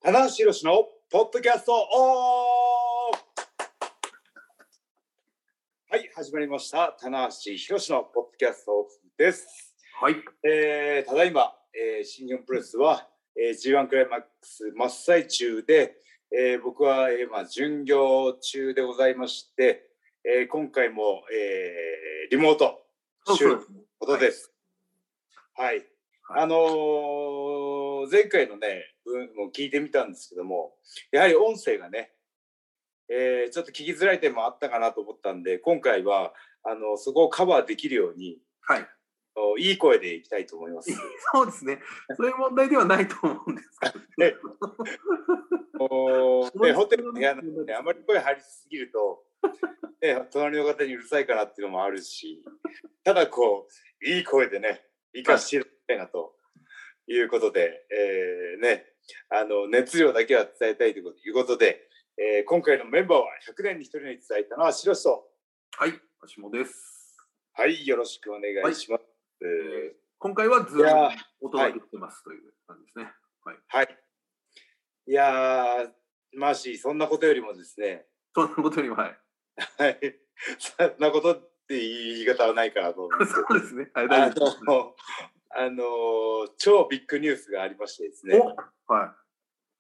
棚橋宏のポッドキャストオン。はい、始まりました棚橋宏のポッドキャストオフです。 はい。 ただいま、新日本プロレスは、G1 クライマックス真っ最中で、僕は、巡業中でございまして、今回も、リモート収録ということです。はい。前回のね分を聞いてみたんですけども、やはり音声がね、ちょっと聞きづらい点もあったかなと思ったんで、今回はそこをカバーできるように、 はい、 いい声でいきたいと思います。 そうですね。そういう問題ではないと思うんですけど、ね。 ホテルの部屋なんで、あまり声張りすぎると、隣の方にうるさいかなっていうのもあるし、ただこういい声でね、生かしていきたいなということで、熱量だけは伝えたいということで、今回のメンバーは100年に1人に伝えたのは白石と。 はい、橋本です。 はい、よろしくお願いします。 今回はズームでお届けしてますという感じですね。はい。 はい。いやー、マーシー、そんなことよりもですね。 そんなことよりも、はい。 はい。そんなことって言い方はないかなと思うんですけど。 そうですね。 はい、超ビッグニュースがありましてですね。 はい。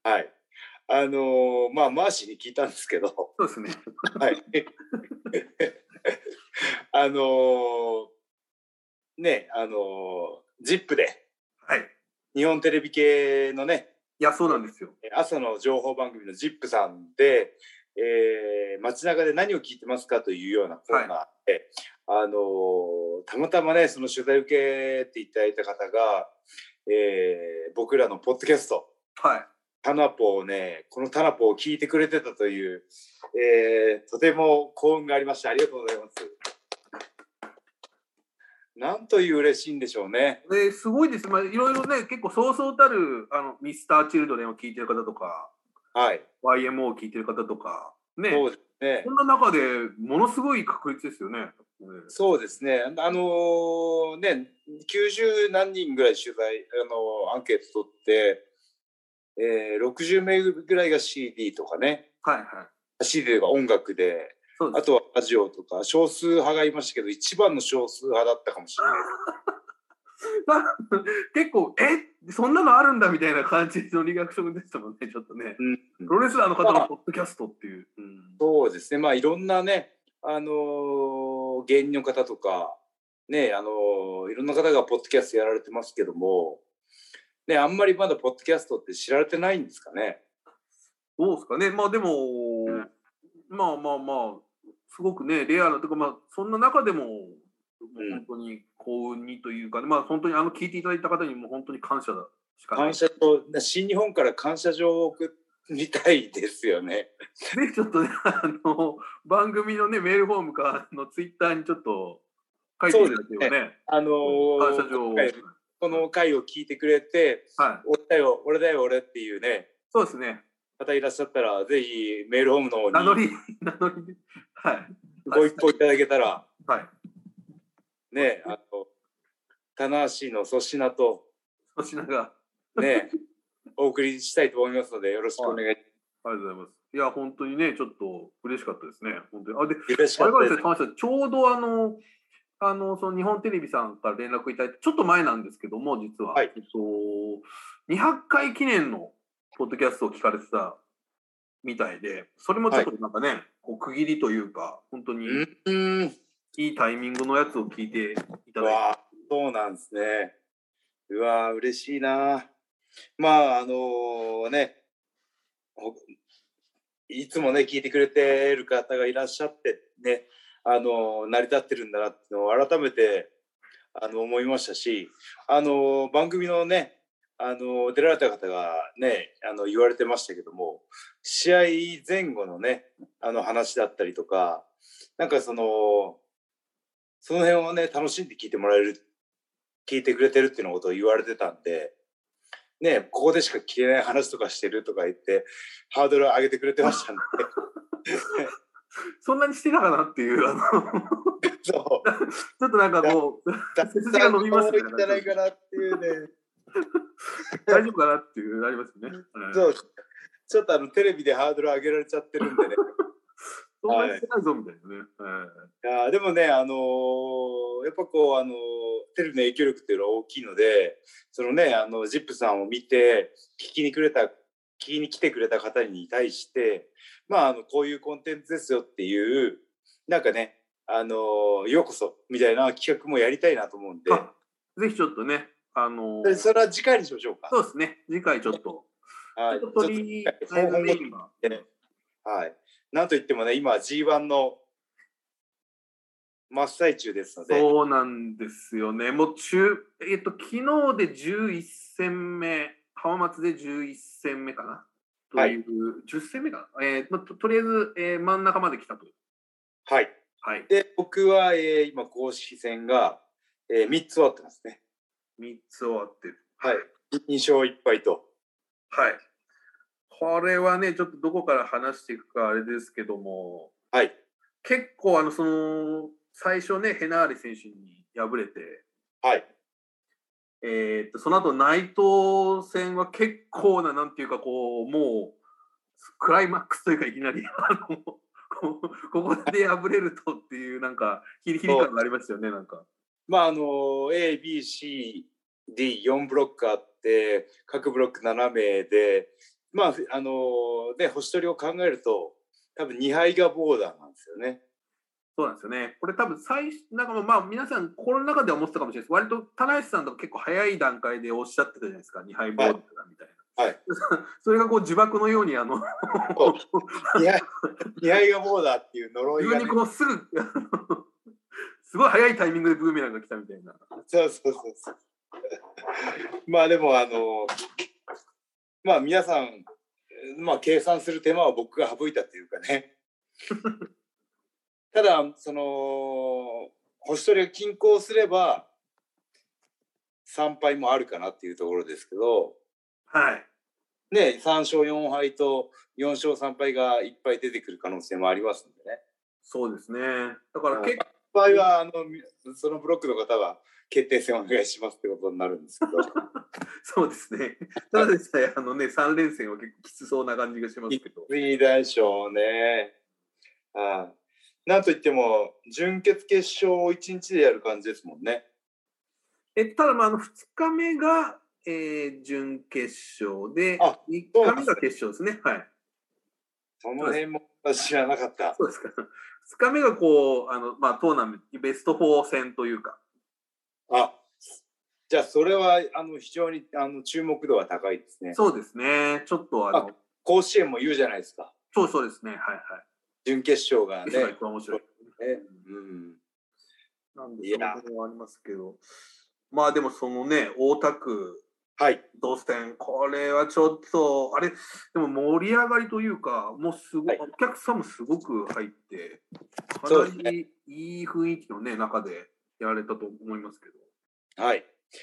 はい。マーシーに聞いたんですけど。 そうですね。 はい。ZIP で。 はい。 日本テレビ系のね。 いや、そうなんですよ。 朝の情報番組の ZIP さんで、街中で何を聞いてますかというようなコーナーで、たまたまね、その取材受けていただいた方が、僕らのポッドキャスト、 はい。 タナポをね、このタナポを聞いてくれてたという、とても幸運がありました。ありがとうございます。なんという嬉しいんでしょうね。 すごいです。いろいろね、結構そうそうたるミスターチルドレンを聞いてる方とか、 はい。 YMO を聞いてる方とか、ね。 そうですね。 そんな中でものすごい確率ですよね。 そうですね。90何人ぐらい取材アンケート取って、60名ぐらいが CD とかね。 はいはい。 CD が音楽で。あとはラジオとか少数派がいましたけど、一番の少数派だったかもしれない結構そんなのあるんだみたいな感じのリアクションでしたもんね。ちょっとね、プロレスラーの方のポッドキャストっていう、 そうですね。いろんなね芸人の方とかね、いろんな方がポッドキャストやられてますけどもね、あんまりまだポッドキャストって知られてないんですかね。 どうですかね。でも、すごくね、レアなというか、そんな中でも、本当に幸運にというか、本当に聞いていただいた方にも本当に感謝しかない。 感謝と、新日本から感謝状を送りたいですよね。 で、ちょっとね、番組のね、メールフォームかツイッターにちょっと書いていただければね、感謝状を。 この回を聞いてくれて、はい、俺だよっていうね。 そうですね。 方いらっしゃったら、ぜひメールホームの方に名乗り、はい。 ご一報いただけたら、 はい。 ね、棚橋の粗品と、 が、 ね、お送りしたいと思いますので、よろしくお願いします。 ありがとうございます。いや、本当にね、ちょっと嬉しかったですね。本当に。 嬉しかったです。 ちょうどその日本テレビさんから連絡いただいて、ちょっと前なんですけども、実は、 はい、 200回記念のポッドキャストを聞かれてたみたいで、それもちょっとなんかね、はい、区切りというか、本当にいいタイミングのやつを聞いていただいて。 そうなんですね。うわー、嬉しいな。いつもね、聞いてくれてる方がいらっしゃってね、成り立ってるんだなっていうのを改めて思いましたし、番組のね、出られた方がね、言われてましたけども、試合前後のね、話だったりとか、なんかその辺をね、楽しんで聞いてくれてるっていうのことを言われてたんで、ね、ここでしか聞けない話とかしてるとか言って、ハードル上げてくれてましたんで。 そんなにしてたかなっていう、 そうちょっとなんかこう、背筋が伸びますね。 いいんじゃないかなっていうね。 大丈夫かなっていう、ありますね。 そう。 ちょっとテレビでハードル上げられちゃってるんでね。 そんなにしてないぞみたいなね。 いやでもね、やっぱこう、テレビの影響力っていうのは大きいので、そのね、ジップさんを見て、聞きに来てくれた方に対して、まあ、こういうコンテンツですよっていう、なんかね、ようこそみたいな企画もやりたいなと思うんで。 ぜひちょっとね、 それは次回にしましょうか。 そうですね、次回ちょっと。 はい。 取り上げて今。 はい。なんといってもね、今 G1 の真っ最中ですので。 そうなんですよね。もう昨日で11戦目、浜松で11戦目かな。という、10戦目かな。とりあえず、真ん中まで来たと。 はい。はい、で、僕は、今、公式戦が、3つ終わってますね。 3つ終わってる。 はい。2勝1敗と。 はい。これはね、ちょっとどこから話していくかあれですけども、 はい。 結構、最初ね、ヘナーレ選手に敗れて、 はい。 その後内藤戦は結構な、なんていうか、こう、もう、クライマックスというか、いきなり、ここで敗れるとっていう、なんか、ヒリヒリ感がありましたよね、なんか。 まあ、A、B、C、D、4ブロックあって、各ブロック7名で、まあ、ね、星取りを考えると、多分2敗がボーダーなんですよね。 そうなんですよね。これ多分なんかまあ皆さんこの中では思ってたかもしれないです。割と田無さんとか結構早い段階でおっしゃってたじゃないですか。2敗ボーダーだみたいな。はい。それがこう呪縛のように2 敗がボーダーっていう呪いが、ね。 自分にこうすぐすごい早いタイミングでブーメランが来たみたいな。 そう。まあでもまあ皆さん、まあ計算する手間を僕が省いたというかね。ただ、星取りが均衡すれば、3敗もあるかなっていうところですけど、 はい。 ね、3勝4敗と4勝3敗がいっぱい出てくる可能性もありますんでね。 そうですね。だから結構。 場合は、そのブロックの方は決定戦お願いしますってことになるんですけど。 そうですね。ただでさえ、3連戦は結構きつそうな感じがしますけど。 いいでしょうね。なんといっても、準決決勝を1日でやる感じですもんね。 ただ、2日目が、準決勝で、3日目が決勝ですね。はい。 その辺も知らなかった。 そうですか。2日目がこう、トーナメント、ベスト4戦というか。 じゃあ、それは非常に注目度は高いですね。 そうですね。ちょっと甲子園も言うじゃないですか。 そうですね。はい。 準決勝がね。 一番面白い。なんで、その辺はありますけど。まあでもそのね、大田区同戦、これはちょっと、あれ、でも盛り上がりというか、もうすごい、お客さんもすごく入って、かなりいい雰囲気のね、中でやられたと思いますけど。 はい。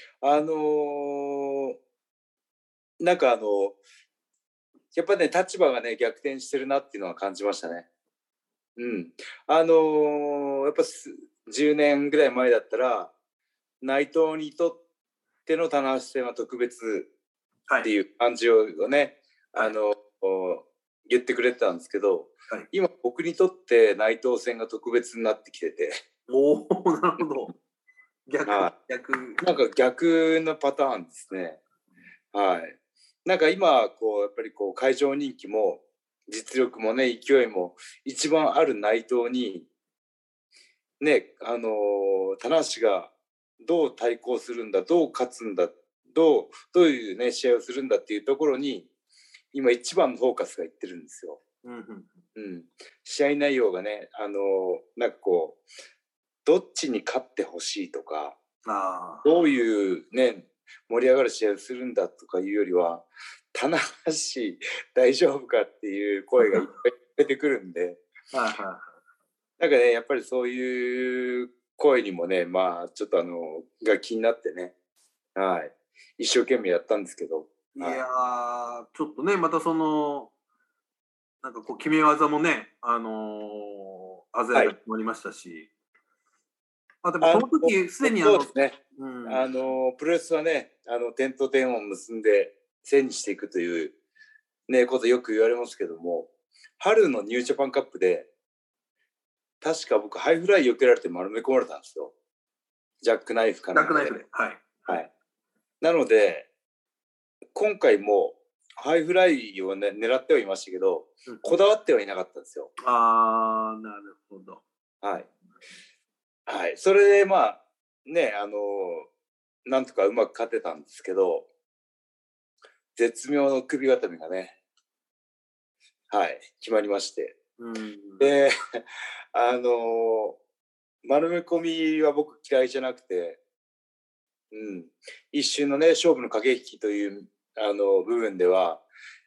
なんかやっぱね、立場がね、逆転してるなっていうのは感じましたね。やっぱ10年ぐらい前だったら、内藤にとっての棚橋戦は特別っていう感じをね、言ってくれてたんですけど、今僕にとって内藤戦が特別になってきてて。 おお、なるほど。逆。 なんか逆のパターンですね。はい。なんか今、やっぱり会場人気も実力もね、勢いも一番ある内藤に、ね、棚橋がどう対抗するんだ、どう勝つんだ、どういうね、試合をするんだっていうところに、今一番のフォーカスがいってるんですよ。試合内容がね、なんかどっちに勝ってほしいとか、どういうね、盛り上がる試合をするんだとかいうよりは、棚橋大丈夫かっていう声がいっぱい出てくるんで、なんかね、やっぱりそういう声にもね、まあちょっとが気になってね、はい、一生懸命やったんですけど。 いやー、ちょっとね、またなんか決め技もね、鮮やかに決まりましたし、でもその時すでにそうですね、プロレスはね、点と点を結んで線にしていくというねことよく言われますけども、春のニュージャパンカップで確か僕ハイフライ避けられて丸め込まれたんですよ。ジャックナイフかな。 ジャックナイフで。はい。 はい。なので今回もハイフライを、ね、狙ってはいましたけど、こだわってはいなかったんですよ。 ああ、なるほど。 はい。はい。それでまあねなんとかうまく勝てたんですけど、絶妙の首固めがね、はい、決まりまして。で、丸め込みは僕嫌いじゃなくて、一瞬のね、勝負の駆け引きという部分では、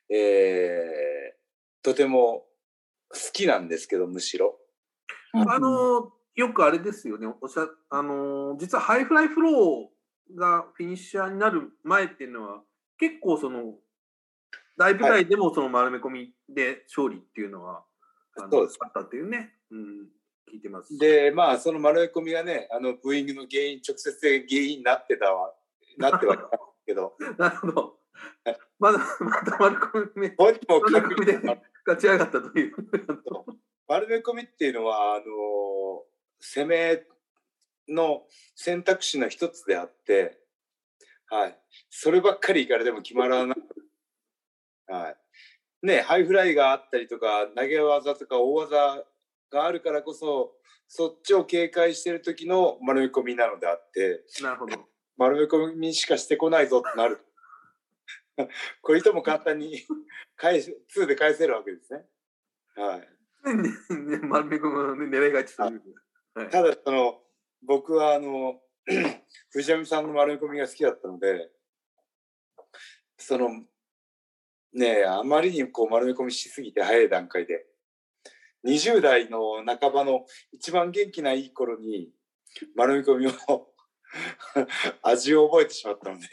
とても好きなんですけど、むしろ。 よくあれですよね、実はハイフライフローがフィニッシャーになる前っていうのは、結構大舞台でもその丸め込みで勝利っていうのは、 そうです。 あったっていうね、聞いてます。 で、まあ、その丸め込みがね、ブーイングの原因、直接的原因になってはいたけど。 なるほど。また丸込みで勝ち上がったという。 丸め込みっていうのは、攻めの選択肢の一つであって、はい。そればっかりいかれても決まらない。はい。ね、ハイフライがあったりとか、投げ技とか大技があるからこそ、そっちを警戒している時の丸め込みなのであって、 なるほど。 丸め込みしかしてこないぞとなる。これいとも簡単に2で返せるわけですね。はい。 丸め込み狙いがちという。 ただ僕は藤波さんの丸め込みが好きだったので、ねえ、あまりに丸め込みしすぎて早い段階で、20代の半ばの一番元気ないい頃に丸め込みを味を覚えてしまったので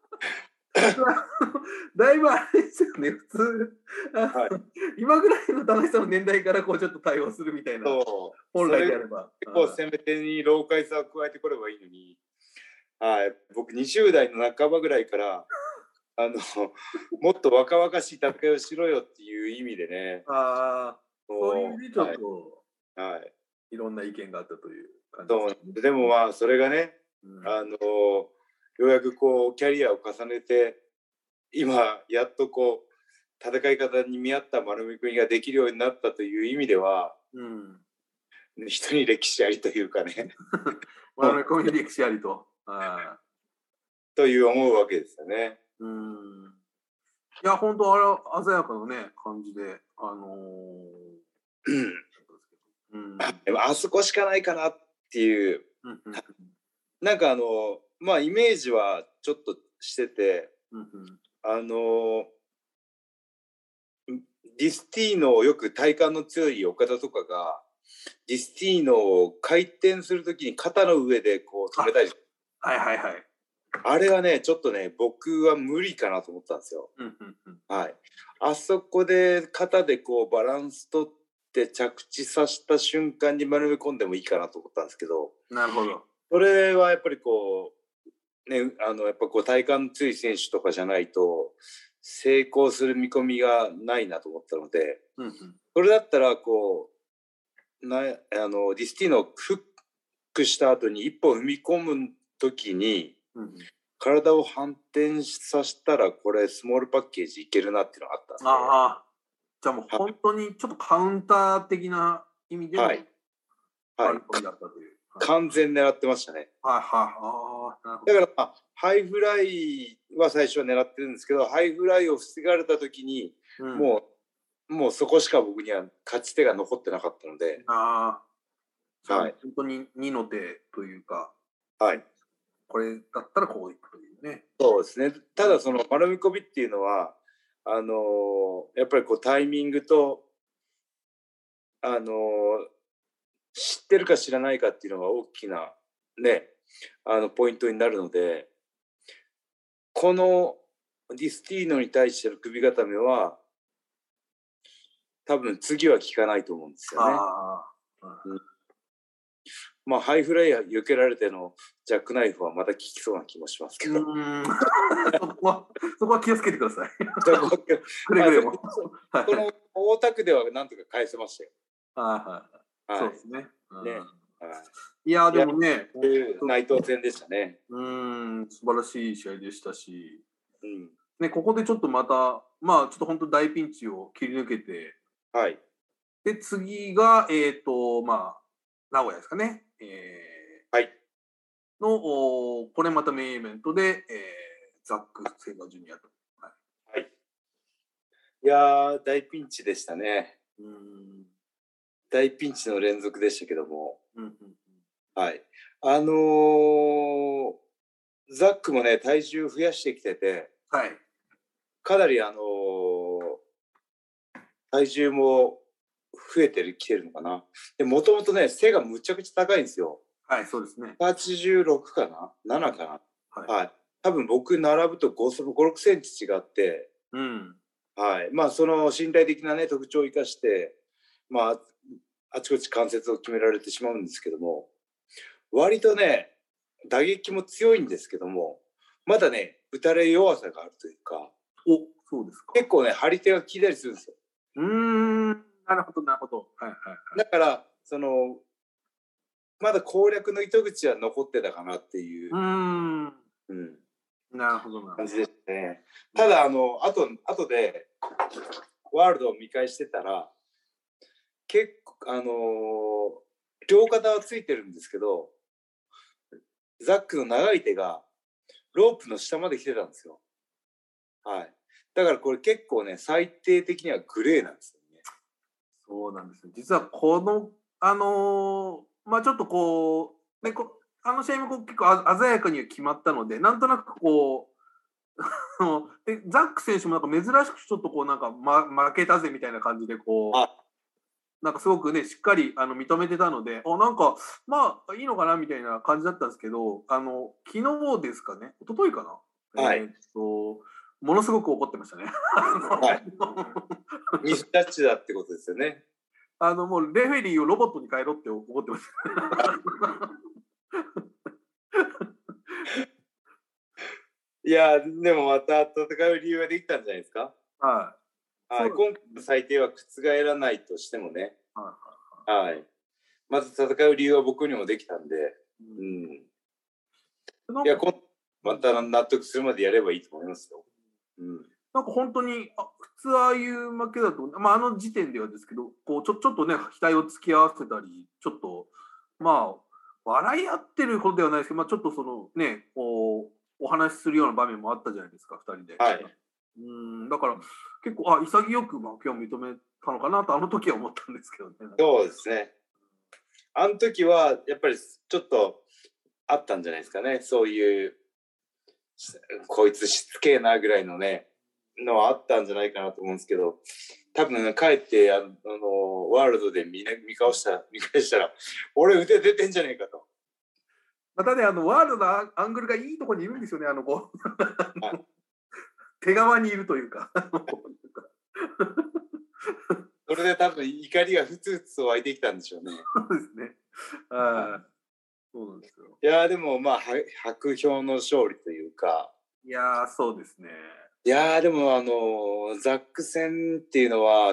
だいぶあれですよね、普通、今ぐらいの田中さんの年代からちょっと対応するみたいな、本来であれば。 結構攻め手に老快さを加えてこればいいのに、僕20代の半ばぐらいからもっと若々しい戦いをしろよっていう意味でね。 そういう意味でちょっと、いろんな意見があったという感じですね。でもまあそれがね、ようやくキャリアを重ねて今やっと戦い方に見合った丸め込みができるようになったという意味では、人に歴史ありというかね丸め込み歴史ありと。 という思うわけですよね。 いや本当あれ鮮やかなね感じででもあそこしかないかなっていう、なんかまあイメージはちょっとしてて、ディスティーノをよく体幹の強い岡田とかがディスティーノを回転するときに肩の上で止めたり、あれはねちょっとね僕は無理かなと思ったんですよ。あそこで肩でバランス取って着地させた瞬間に丸め込んでもいいかなと思ったんですけど、 なるほど。 それはやっぱりね、やっぱ体幹の強い選手とかじゃないと成功する見込みがないなと思ったので、それだったらディスティーノをフックした後に一歩踏み込む時に、体を反転させたらこれスモールパッケージいけるなっていうのがあったんですね。 じゃあもう本当にちょっとカウンター的な意味での完全狙ってましたね。だからハイフライは最初は狙ってるんですけど、ハイフライを防がれた時に、もうそこしか僕には勝ち手が残ってなかったので、 本当に2の手というか、これだったらこういくというね。 そうですね。ただその丸め込みっていうのはやっぱりタイミングと知ってるか知らないかっていうのが大きなねポイントになるので、このディスティーノに対しての首固めは多分次は効かないと思うんですよね。 まあハイフライヤー避けられてのジャックナイフはまた効きそうな気もしますけど。 そこは気をつけてください。 くれぐれも。この大田区ではなんとか返せましたよ。 はい。そうですね。 いやでもね、 内藤戦でしたね。 素晴らしい試合でしたし、ね、ここでちょっとまた、まあちょっと本当大ピンチを切り抜けて、 はい。 で次がまあ名古屋ですかね。 はい。 のこれまたメインイベントで、ザック・セイバージュニアと。 はい。いやー大ピンチでしたね。大ピンチの連続でしたけども。はい。ザックもね体重増やしてきてて、 はい。 かなり体重も増えてきてるのかな。でもともとね背がむちゃくちゃ高いんですよ。 はい、そうですね。 86かな7かな。はい。多分僕並ぶと5、6センチ違って、はい。まあその身体的なね特徴を生かして、まああちこち関節を決められてしまうんですけども、割とね打撃も強いんですけども、まだね打たれ弱さがあるというか、 そうですか。 結構ね張り手が効いたりするんですよ。 なるほどなるほど。 だからそのまだ攻略の糸口は残ってたかなっていう。 なるほどな感じですね。ただ後でワールドを見返してたら結構両肩はついてるんですけど、ザックの長い手がロープの下まで来てたんですよ。はい。だからこれ結構ね最低的にはグレーなんですよね。 そうなんですよ。実はこのまあちょっとこうねあの試合も結構鮮やかには決まったので、なんとなくこうでザック選手もなんか珍しくちょっとこうなんか、負けたぜみたいな感じでこうなんかすごくねしっかり認めてたので、なんかまあいいのかなみたいな感じだったんですけど、昨日ですかね、一昨日かな、ものすごく怒ってましたね。 ミスタッチだってことですよね。 もうレフェリーをロボットに変えろって怒ってました。 いやでもまた戦う理由ができたんじゃないですか。 はい。 今回の裁定は覆らないとしてもね。はい。まず戦う理由は僕にもできたんで、いやまた納得するまでやればいいと思いますよ。 なんか本当に普通ああいう負けだと、まああの時点ではですけど、こうちょっとね額を突き合わせたり、ちょっとまあ笑い合ってるほどではないですけど、まあちょっとそのねこうお話しするような場面もあったじゃないですか、2人で。 はい。 だから結構潔く負けを認めたのかなとあの時は思ったんですけどね。 そうですね。あの時はやっぱりちょっとあったんじゃないですかね。そういうこいつしつけえなぐらいのねのはあったんじゃないかなと思うんですけど、多分帰ってワールドで見返したら俺腕出てんじゃねえかと。 またねワールドのアングルがいいところにいるんですよね、手側にいるというか。 それで多分怒りがふつふつと湧いてきたんでしょうね。 そうですね。そうなんですよ。 いやでもまあ薄氷の勝利というか。 いやそうですね。 いやでもザック戦っていうのは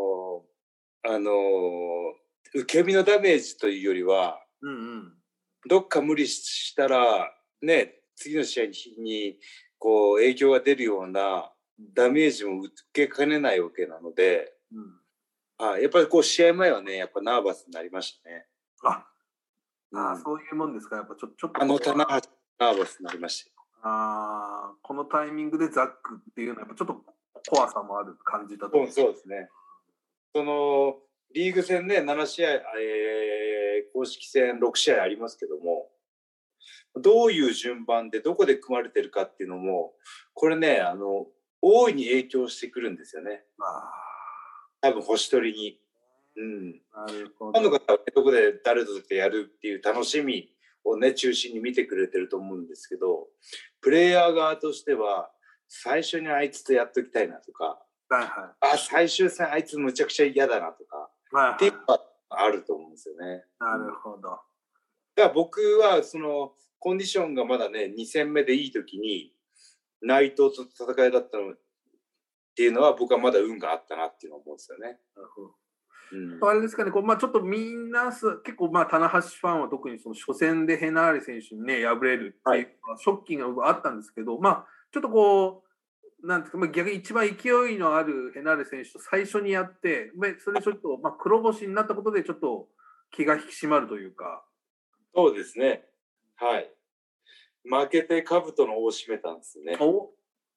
受け身のダメージというよりは、どっか無理したらね次の試合にこう影響が出るようなダメージも受けかねないわけなので、やっぱりこう試合前はねやっぱナーバスになりましたね。 そういうもんですか。やっぱちょっと棚橋ナーバスになりました。 このタイミングでザックっていうのはやっぱちょっと怖さもある感じだと思う。そうですね。そのリーグ戦ね7試合、公式戦6試合ありますけども、どういう順番でどこで組まれてるかっていうのもこれね大いに影響してくるんですよね。多分星取りに。 なるほど。ファンの方はどこで誰とやるっていう楽しみをね中心に見てくれてると思うんですけど、プレイヤー側としては最初にあいつとやっときたいなとか、最終戦あいつむちゃくちゃ嫌だなとか、っていうのはあると思うんですよね。 なるほど。 だから僕はそのコンディションがまだね2戦目でいい時に内藤と戦いだったのっていうのは僕はまだ運があったなっていうのを思うんですよね。 あれですかね、こうちょっとみんな結構棚橋ファンは特にその初戦でヘナーレ選手にね敗れるっていう、ショッキングがあったんですけど、ちょっとこうなんていうか、逆に一番勢いのあるヘナーレ選手と最初にやって、それでちょっと黒星になったことでちょっと気が引き締まるというか。 そうですね。はい。負けて兜の緒を締めたんですね。お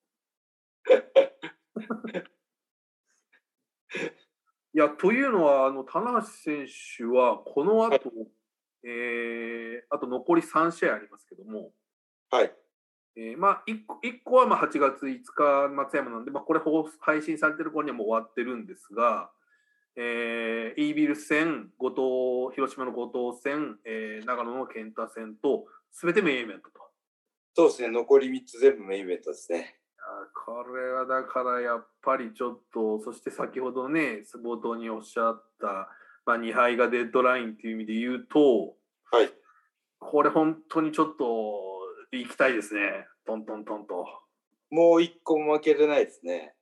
いや、というのは、棚橋選手は、この後、あと残り3試合ありますけども、 はい。 1個は8月5日、松山なんで、これ配信されてる頃にはもう終わってるんですが、イービル戦、広島の後藤戦、長野の健太戦と、すべてメインイベントと。 そうですね、残り3つ全部メインイベントですね。 これはだからやっぱりちょっと、そして先ほどね、冒頭におっしゃった、2敗がデッドラインという意味で言うと、 はい、 これ本当にちょっと行きたいですね、トントントンと。 もう1個も負けれないですね。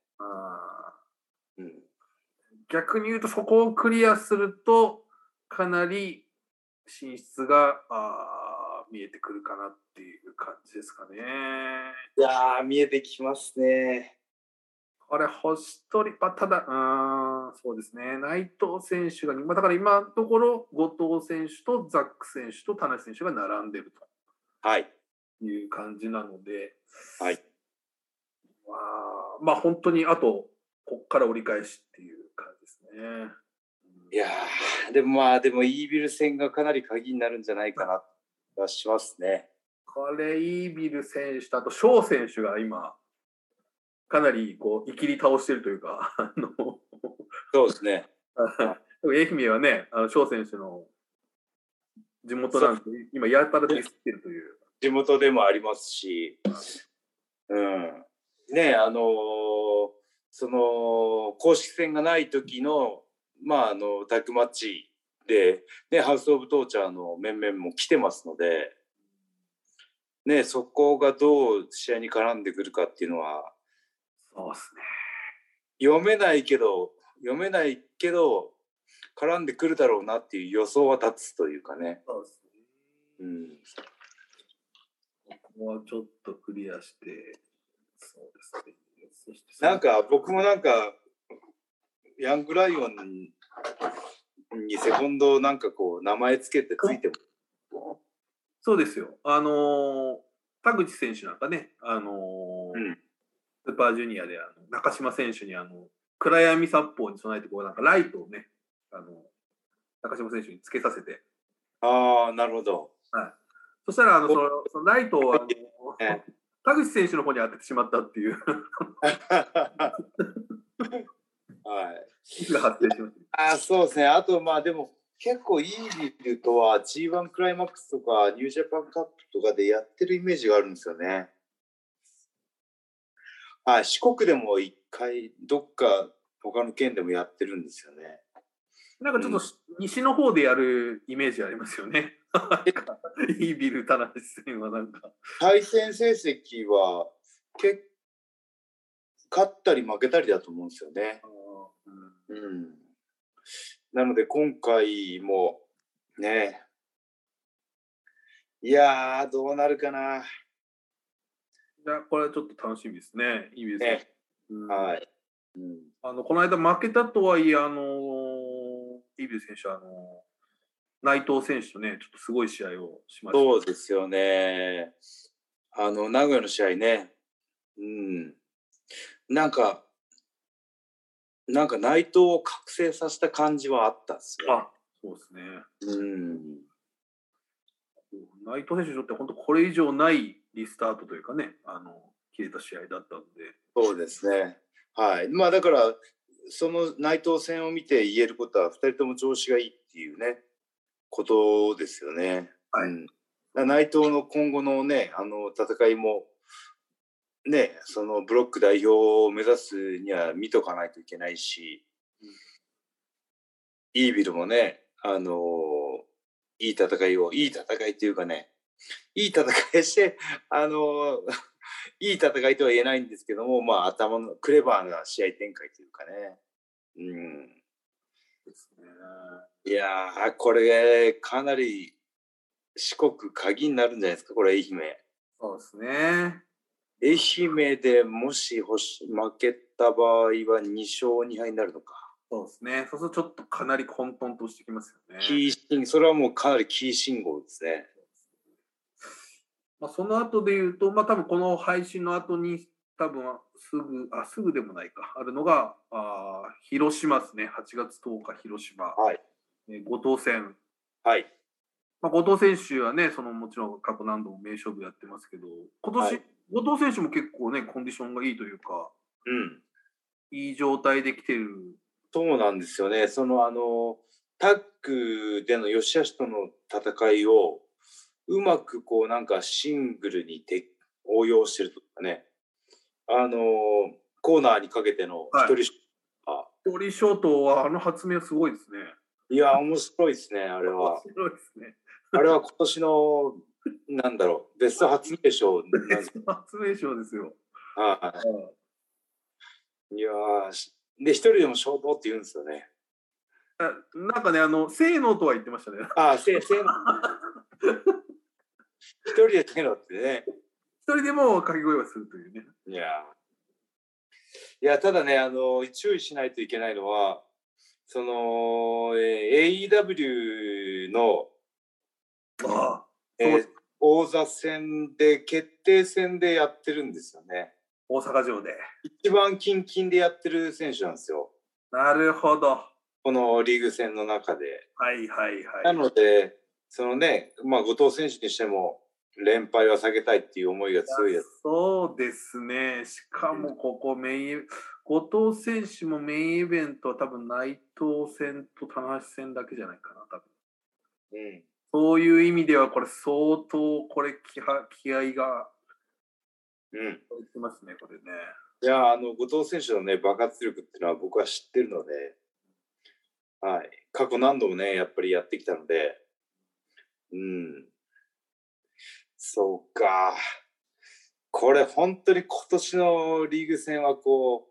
逆に言うと、そこをクリアすると、かなり進出が見えてくるかなっていう感じですかね。 いやー、見えてきますね。 これ、星取り、ただ、そうですね、内藤選手が、だから今のところ、後藤選手とザック選手と田中選手が並んでるという感じなので、 はい、 本当にあと、ここから折り返しっていう感じですね。 いやー、でもイービル戦がかなり鍵になるんじゃないかなとはしますね。 これ、イービル選手と、あと、翔選手が今、かなりこう、いきり倒してるというか、 そうですね。 愛媛はね、翔選手の地元なんで、今、やたらディスってるという。 地元でもありますし、ね、その公式戦がない時のタッグマッチで、ね、ハウス・オブ・トーチャーの面々も来てますので、ね、そこがどう試合に絡んでくるかっていうのは、 そうですね。 読めないけど絡んでくるだろうなっていう予想は立つというかね。 そうですね。ここはちょっとクリアして、そうですね。そしてなんか僕もなんかヤングライオンにセコンドなんかこう名前つけてついても。 そうですよ。田口選手なんかね、スーパージュニアで中島選手に暗闇殺法に備えてこうなんかライトをね、中島選手につけさせて。 ああ、なるほど。 はい。そしたらそのライトを田口選手の方に当ててしまったっていうはい。 が発生しました。 そうですね。あとでも結構イービルとは G1 クライマックスとかニュージャパンカップとかでやってるイメージがあるんですよね。四国でも一回どっか他の県でもやってるんですよね。 なんかちょっと西の方でやるイメージありますよね。イービル・田中戦はなんか。 対戦成績は勝ったり負けたりだと思うんですよね。なので今回もね、いやーどうなるかな。 これはちょっと楽しみですね。いいですね。 はい。 この間負けたとはいえ、イービル選手内藤選手とね、ちょっとすごい試合をしました。 そうですよね。名古屋の試合ね。なんか内藤を覚醒させた感じはあったんですよ。 そうですね。内藤選手にとって本当これ以上ないリスタートというかね、切れた試合だったので。 そうですね。はい。だからその内藤戦を見て言えることは2人とも調子がいいっていうねことですよね。内藤の今後のね戦いもね、そのブロック代表を目指すには見とかないといけないし、イービルもね、 いい戦いというかね、いい戦いして、いい戦いとは言えないんですけども、まあ、頭のクレバーな試合展開というかね。 ですね。 いやー、これ、かなり四国鍵になるんじゃないですか、これ、愛媛。 そうですね。 愛媛でもし負けた場合は2勝2敗になるのか。 そうですね。そうするとちょっとかなり混沌としてきますよね。 それはもうかなりキー信号ですね。 まあ、その後で言うと、まあ、多分この配信の後に、多分すぐでもないか、あるのが、広島ですね。8月10日、広島。 はい。 後藤戦。 はい。 まあ、後藤選手はね、もちろん過去何度も名勝負やってますけど、今年、はい、後藤選手も結構ね、コンディションがいいというか、いい状態で来てる。 そうなんですよね。タッグでの吉橋との戦いを、うまくこうなんかシングルに応用してるとかね。コーナーにかけての一人ショート。一人ショートは発明すごいですね。 いや、面白いですね、あれは。 面白いですね。 あれは今年の、ベスト発明賞ベスト発明賞ですよ。 いやで、一人でもショートって言うんですよね。 なんかね、せーのとは言ってましたね。 せーの。一人でせーのってね。 一人でも掛け声はするというね。 いや、ただね、注意しないといけないのは、AEW の、王座戦で、決定戦でやってるんですよね。 大阪城で。 一番キンキンでやってる選手なんですよ。 なるほど。 このリーグ戦の中で。 はいはいはい。 なので、後藤選手にしても、連敗は避けたいっていう思いが強いです。 そうですね。しかもここ後藤選手もメインイベントは多分内藤戦と棚橋戦だけじゃないかな、多分。そういう意味ではこれ相当気合が入ってますね、これね。 いや、後藤選手のね、爆発力っていうのは僕は知ってるので、はい。過去何度もね、やっぱりやってきたので、そうか。これ本当に今年のリーグ戦は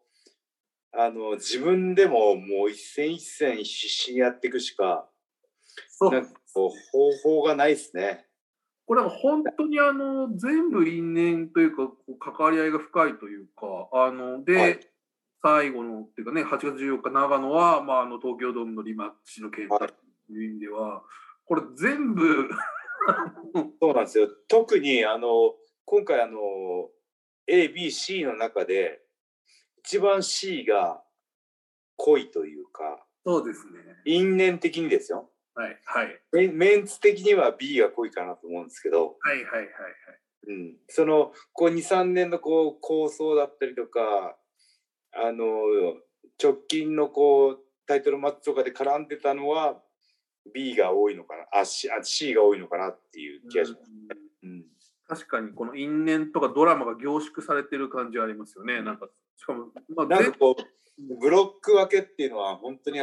自分でももう一戦一戦必死にやっていくしか、方法がないですね。 これは本当に全部因縁というか関わり合いが深いというか最後のっていうかね8月14日長野は、東京ドームのリマッチの件という意味では、これ全部そうなんですよ。特に今回ABC の中で一番 C が濃いというか、 そうですね。 因縁的にですよ。 はいはい。 メンツ的には B が濃いかなと思うんですけど、 はいはいはいはい。 2、3年の構想だったりとか、直近のタイトルマッチとかで絡んでたのは B が多いのかな、C が多いのかなっていう気がします。 確かにこの因縁とかドラマが凝縮されてる感じありますよね。なんかしかも、 ブロック分けっていうのは本当に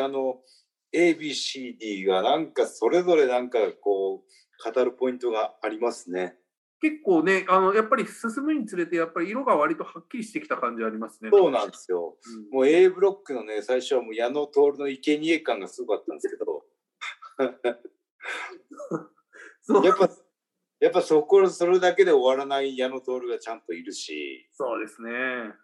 ABCD がなんかそれぞれなんか語るポイントがありますね。 結構ね、やっぱり進むにつれてやっぱり色が割とはっきりしてきた感じありますね。 そうなんですよ。もう A ブロックのね、最初はもう矢野徹の生贄感がすごかったんですけどやっぱそれだけで終わらない矢野徹がちゃんといるし。 そうですね。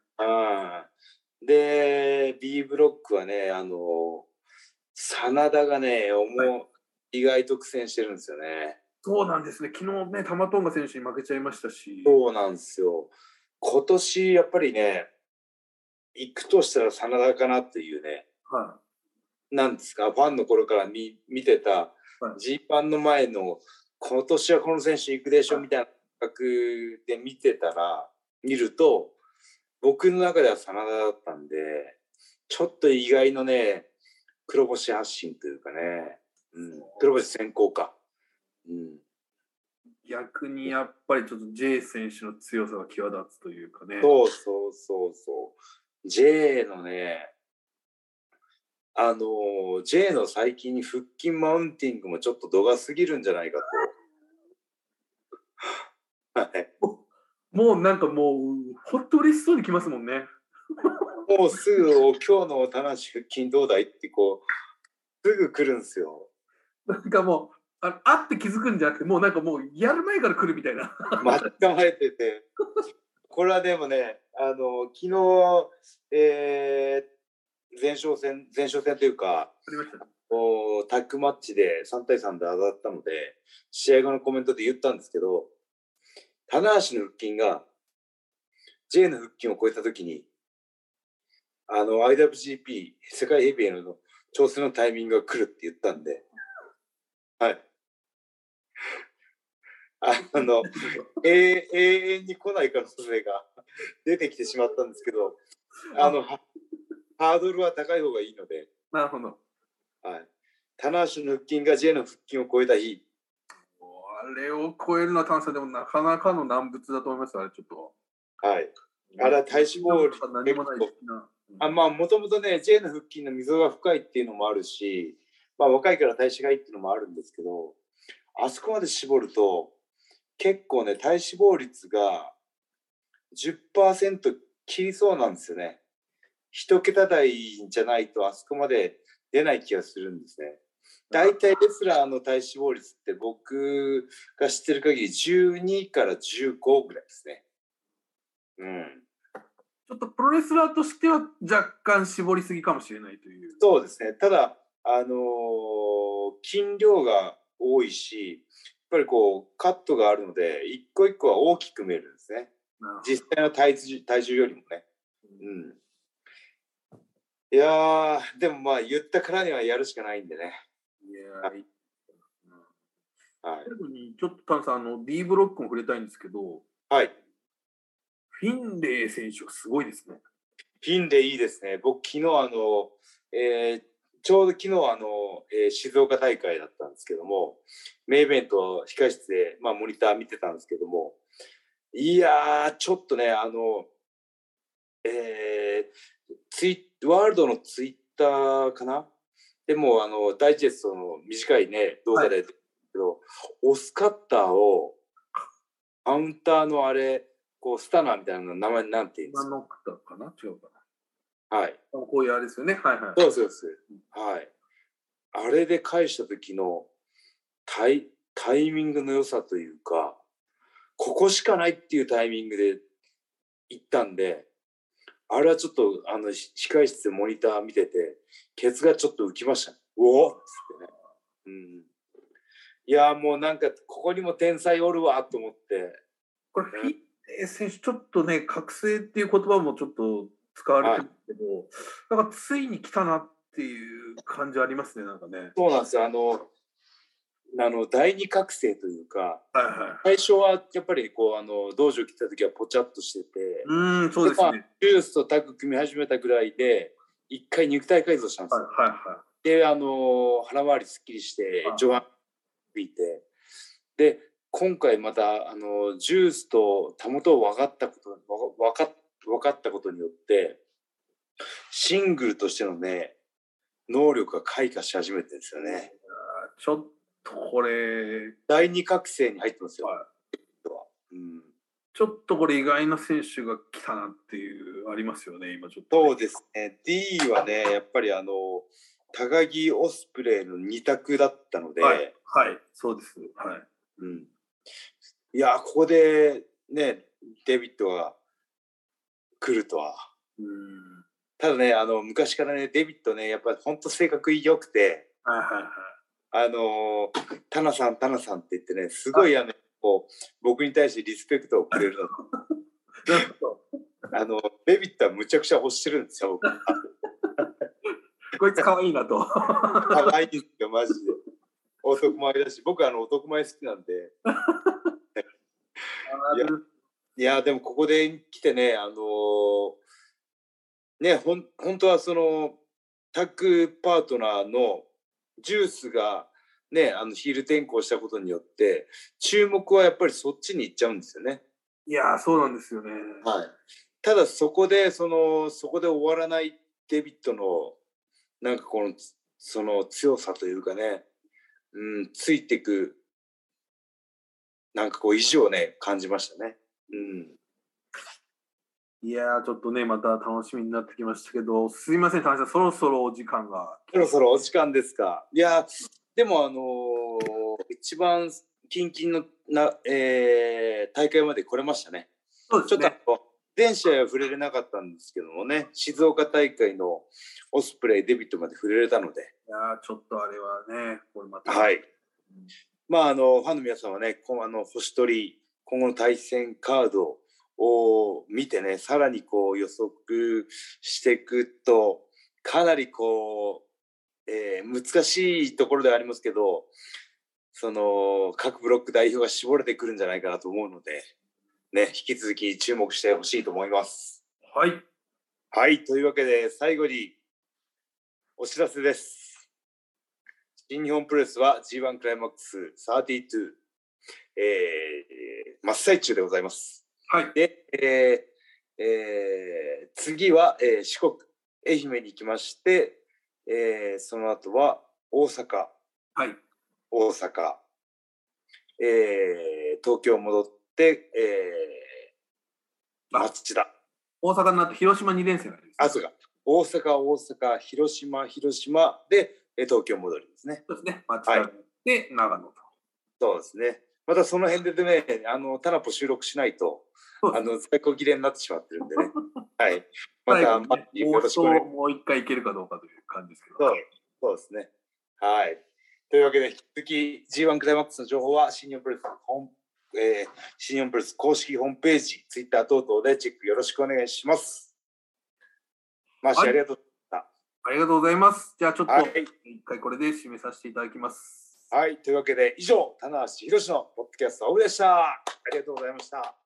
で B ブロックはね、真田がね、意外と苦戦してるんですよね。 そうなんですね。昨日ね、玉トンガ選手に負けちゃいましたし。 そうなんですよ。今年やっぱりね、行くとしたら真田かなっていうね。なんですか、ファンの頃から見てた G1 の前の今年はこの選手行くでしょみたいな感覚で見ると、僕の中では真田だったんで、ちょっと意外のね、黒星発進というかね、黒星先行か。 逆にやっぱりちょっと J 選手の強さが際立つというかね。 そう。J のね、 J の最近腹筋マウンティングもちょっと度が過ぎるんじゃないかと。はい。 もうなんかもう、ほっと嬉しそうにきますもんね。 もうすぐ、今日の棚橋腹筋どうだいってすぐ来るんですよ。 なんかもう、あって気づくんじゃなくて、もうなんかもうやる前から来るみたいな。 待ち構えてて。これはでもね、昨日、前哨戦というか、タッグマッチで3対3で当たったので、試合後のコメントで言ったんですけど、棚橋の腹筋が J の腹筋を超えたときに、IWGP 世界ヘビーへの挑戦のタイミングが来るって言ったんで、はい。永遠に来ない可能性が出てきてしまったんですけど、ハードルは高い方がいいので。 なるほど。 はい。棚橋の腹筋が J の腹筋を超えた日。 あれを超えるのは単純でもなかなかの難物だと思います、あれちょっと。 はい。あれは体脂肪率。 何もないな。 まあ、もともとね、J の腹筋の溝が深いっていうのもあるし、まあ、若いから代謝がいいっていうのもあるんですけど、あそこまで絞ると、結構ね、体脂肪率が 10% 切りそうなんですよね。一桁台じゃないとあそこまで出ない気がするんですね。大体レスラーの体脂肪率って僕が知ってる限り12から15ぐらいですね。うん。 ちょっとプロレスラーとしては若干絞りすぎかもしれないという。 そうですね。ただ、筋量が多いし、やっぱりカットがあるので、一個一個は大きく見えるんですね。実際の体重よりもね。うん。いやー、でもまあ言ったからにはやるしかないんでね。 いやはい。 最後にちょっとタンさん、D ブロックも触れたいんですけど、 はい。 フィンレイ選手はすごいですね。 フィンレイいいですね。僕昨日ちょうど昨日静岡大会だったんですけども、メインイベント控室で、まあ、モニター見てたんですけども、いやー、ちょっとね、ワールドのツイッターかなでも、ダイジェストの短いね、動画でやってるけど、オスカッターを、カウンターのあれ、スタナーみたいな名前なんて言うんですか？ ノクタかな違うかな。はい。 こういうあれですよね。はいはい。 そうです。はい。あれで返した時のタイミングの良さというか、ここしかないっていうタイミングで行ったんで、あれはちょっと控室でモニター見てて、ケツがちょっと浮きましたね。おおっつってね。うん。いやもうなんかここにも天才おるわと思って。 これフィンレイ選手ちょっとね覚醒っていう言葉もちょっと使われてるけど、なんかついに来たなっていう感じありますねなんかね。 そうなんですよ。第二覚醒というか、 はいはい、 最初はやっぱり道場来た時はポチャっとしてて、 そうですね。 ジュースとタッグ組み始めたぐらいで一回肉体改造したんですよ。 はいはいはい、 で腹回りすっきりして上半身ついて、で今回またジュースとたもとを分かったことによってシングルとしてのね能力が開花し始めてるんですよね。 ちょっとこれ第二覚醒に入ってますよ、はい。 ちょっとこれ意外な選手が来たなっていうありますよね今ちょっと、 ね。そうですね。D はねやっぱり高木オスプレイの2択だったので、 はい、はい、そうです。はい。 いやここでねデビッドが来るとは。ただね昔からねデビッドねやっぱり本当性格良くて、 はいはいはい。 タナさんって言ってねすごい僕に対してリスペクトをくれるの。デビッドはむちゃくちゃ欲してるんですよ僕。 こいつ可愛いなと。 可愛いですよマジで。男前だし僕男前好きなんで。いやでもここで来てね本当はそのタッグパートナーのジュースがねヒール転向したことによって注目はやっぱりそっちに行っちゃうんですよね。 いやそうなんですよね。 はい。ただそこで終わらないデビッドのなんかその強さというかね、ついていく、なんかこう意地をね、感じましたね。 いやー、ちょっとね、また楽しみになってきましたけど、すいません、田中さん、そろそろお時間が。 そろそろお時間ですか。いや、でも一番近々の大会まで来れましたね。 そうですね。 ちょっと全試合は触れれなかったんですけどもね、静岡大会のオスプレイ、デビットまで触れれたので。 いやちょっとあれはね、これまた。 はい。まあ、ファンの皆さんはね、星取り、今後の対戦カードを見てね、さらにこう予測していくと、かなりこう、難しいところではありますけど、各ブロック代表が絞れてくるんじゃないかなと思うので、ね、引き続き注目してほしいと思います。 はい。 はい、というわけで最後にお知らせです。新日本プロレスは G1 クライマックス32、真っ最中でございます。 はい。 で、次は、四国、愛媛に行きまして、その後は大阪、 はい、 大阪、東京戻って、町田。 大阪になって広島2連戦があります、ね。 あ、そうか。大阪、広島で、東京戻りですね。 そうですね。町田で長野と。 そうですね。またその辺でね、タナポ収録しないと、在庫切れになってしまってるんでね。はい。また、 よろしくお願いします。もう一回いけるかどうかという感じですけど。 そうですね。はい。というわけで、引き続き G1 クライマックスの情報は新日本プロレス公式ホームページ、ツイッター等々でチェックよろしくお願いします。マーシー、ありがとうございました。 ありがとうございます。じゃあちょっと一回これで締めさせていただきます。 はい。というわけで、以上、棚橋宏のポッドキャストオフでした。ありがとうございました。